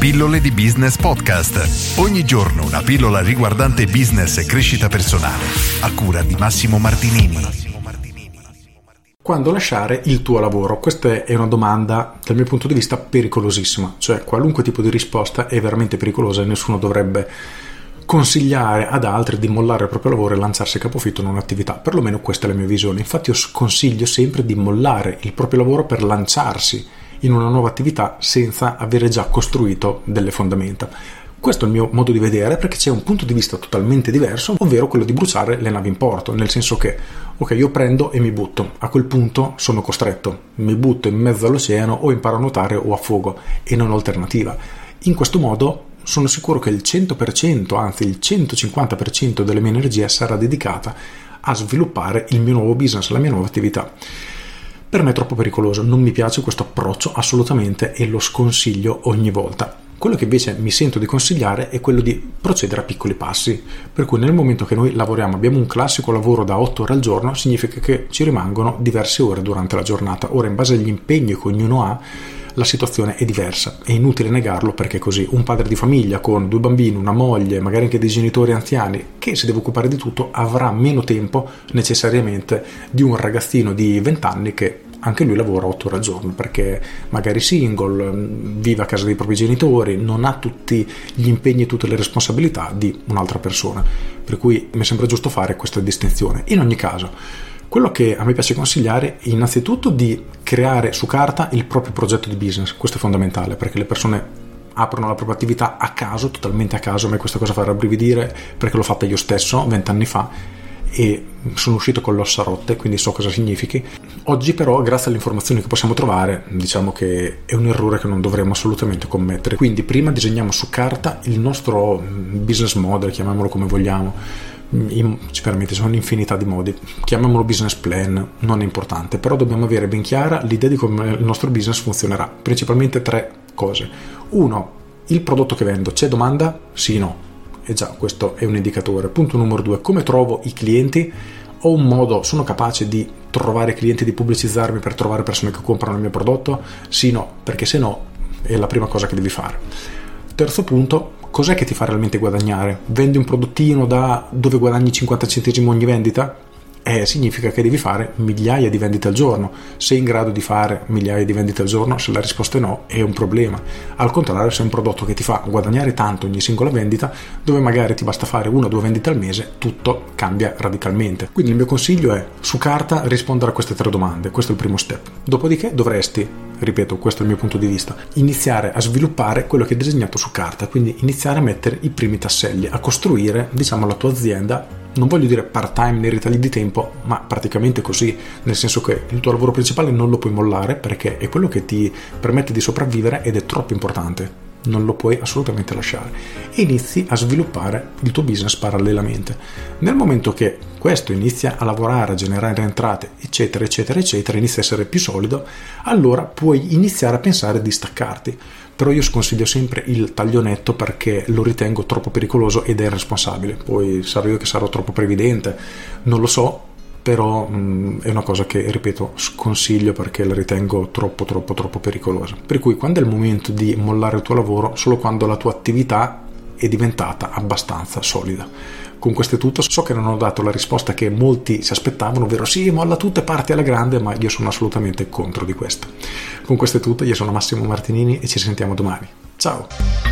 Pillole di Business Podcast. Ogni giorno una pillola riguardante business e crescita personale. A cura di Massimo Martinini. Quando lasciare il tuo lavoro? Questa è una domanda, dal mio punto di vista, pericolosissima. Cioè, qualunque tipo di risposta è veramente pericolosa e nessuno dovrebbe consigliare ad altri di mollare il proprio lavoro e lanciarsi a capofitto in un'attività. Perlomeno questa è la mia visione. Infatti io consiglio sempre di mollare il proprio lavoro per lanciarsi in una nuova attività senza avere già costruito delle fondamenta. Questo è il mio modo di vedere, perché c'è un punto di vista totalmente diverso, ovvero quello di bruciare le navi in porto, nel senso che, ok, io prendo e mi butto, a quel punto sono costretto, mi butto in mezzo all'oceano o imparo a nuotare o affogo e non ho alternativa. In questo modo sono sicuro che il 100%, anzi il 150% della mia energia sarà dedicata a sviluppare il mio nuovo business, la mia nuova attività. Per me è troppo pericoloso, non mi piace questo approccio assolutamente e lo sconsiglio ogni volta. Quello che invece mi sento di consigliare è quello di procedere a piccoli passi, per cui nel momento che noi lavoriamo, abbiamo un classico lavoro da 8 ore al giorno, significa che ci rimangono diverse ore durante la giornata. Ora, in base agli impegni che ognuno ha, la situazione è diversa, è inutile negarlo, perché così un padre di famiglia con 2 bambini, una moglie, magari anche dei genitori anziani, che si deve occupare di tutto, avrà meno tempo necessariamente di un ragazzino di 20 anni che anche lui lavora 8 ore al giorno, perché magari single, vive a casa dei propri genitori, non ha tutti gli impegni e tutte le responsabilità di un'altra persona, per cui mi sembra giusto fare questa distinzione. In ogni caso, quello che a me piace consigliare è innanzitutto di creare su carta il proprio progetto di business. Questo è fondamentale, perché le persone aprono la propria attività a caso, totalmente a caso. A me questa cosa fa rabbrividire, perché l'ho fatta io stesso 20 anni fa e sono uscito con le ossa rotte, quindi so cosa significhi. Oggi però, grazie alle informazioni che possiamo trovare, diciamo che è un errore che non dovremmo assolutamente commettere. Quindi prima disegniamo su carta il nostro business model, chiamiamolo come vogliamo, veramente sono un'infinità di modi, chiamiamolo business plan, non è importante, però dobbiamo avere ben chiara l'idea di come il nostro business funzionerà. Principalmente 3 cose. 1, il prodotto che vendo, c'è domanda? Sì, no. E già, questo è un indicatore. Punto numero 2, come trovo i clienti? Ho un modo, sono capace di trovare clienti, di pubblicizzarmi per trovare persone che comprano il mio prodotto? Sì, no, perché se no è la prima cosa che devi fare. Terzo punto, cos'è che ti fa realmente guadagnare? Vendi un prodottino da dove guadagni 50 centesimi ogni vendita? Significa che devi fare migliaia di vendite al giorno. Sei in grado di fare migliaia di vendite al giorno? Se la risposta è no, è un problema. Al contrario, se è un prodotto che ti fa guadagnare tanto ogni singola vendita, dove magari ti basta fare 1 o 2 vendite al mese, tutto cambia radicalmente. Quindi il mio consiglio è, su carta, rispondere a queste 3 domande. Questo è il primo step. Dopodiché dovresti, ripeto, questo è il mio punto di vista, iniziare a sviluppare quello che hai disegnato su carta, quindi iniziare a mettere i primi tasselli, a costruire, diciamo, la tua azienda. Non voglio dire part-time nei ritagli di tempo, ma praticamente così, nel senso che il tuo lavoro principale non lo puoi mollare, perché è quello che ti permette di sopravvivere ed è troppo importante, non lo puoi assolutamente lasciare, e inizi a sviluppare il tuo business parallelamente. Nel momento che questo inizia a lavorare, a generare entrate, eccetera eccetera eccetera, inizia a essere più solido, allora puoi iniziare a pensare di staccarti. Però io sconsiglio sempre il taglio netto, perché lo ritengo troppo pericoloso ed è irresponsabile. Poi sarò io che sarò troppo previdente, non lo so, però è una cosa che, ripeto, sconsiglio perché la ritengo troppo pericolosa. Per cui quando è il momento di mollare il tuo lavoro? Solo quando la tua attività è diventata abbastanza solida. Con questo è tutto. So che non ho dato la risposta che molti si aspettavano, ovvero sì, molla tutto e parti alla grande, ma io sono assolutamente contro di questo. Con questo è tutto, io sono Massimo Martinini e ci sentiamo domani. Ciao!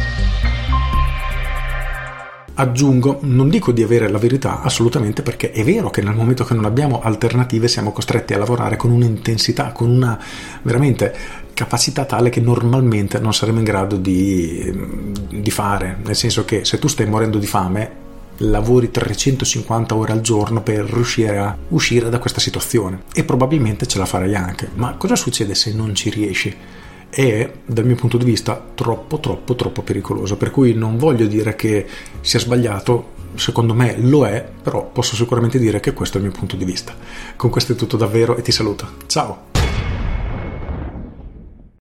Aggiungo, non dico di avere la verità assolutamente, perché è vero che nel momento che non abbiamo alternative siamo costretti a lavorare con un'intensità, con una veramente capacità tale che normalmente non saremo in grado di fare, nel senso che se tu stai morendo di fame lavori 350 ore al giorno per riuscire a uscire da questa situazione, e probabilmente ce la farai anche, ma cosa succede se non ci riesci? È, dal mio punto di vista, troppo pericoloso, per cui non voglio dire che sia sbagliato, secondo me lo è, però posso sicuramente dire che questo è il mio punto di vista. Con questo è tutto davvero e ti saluto, ciao!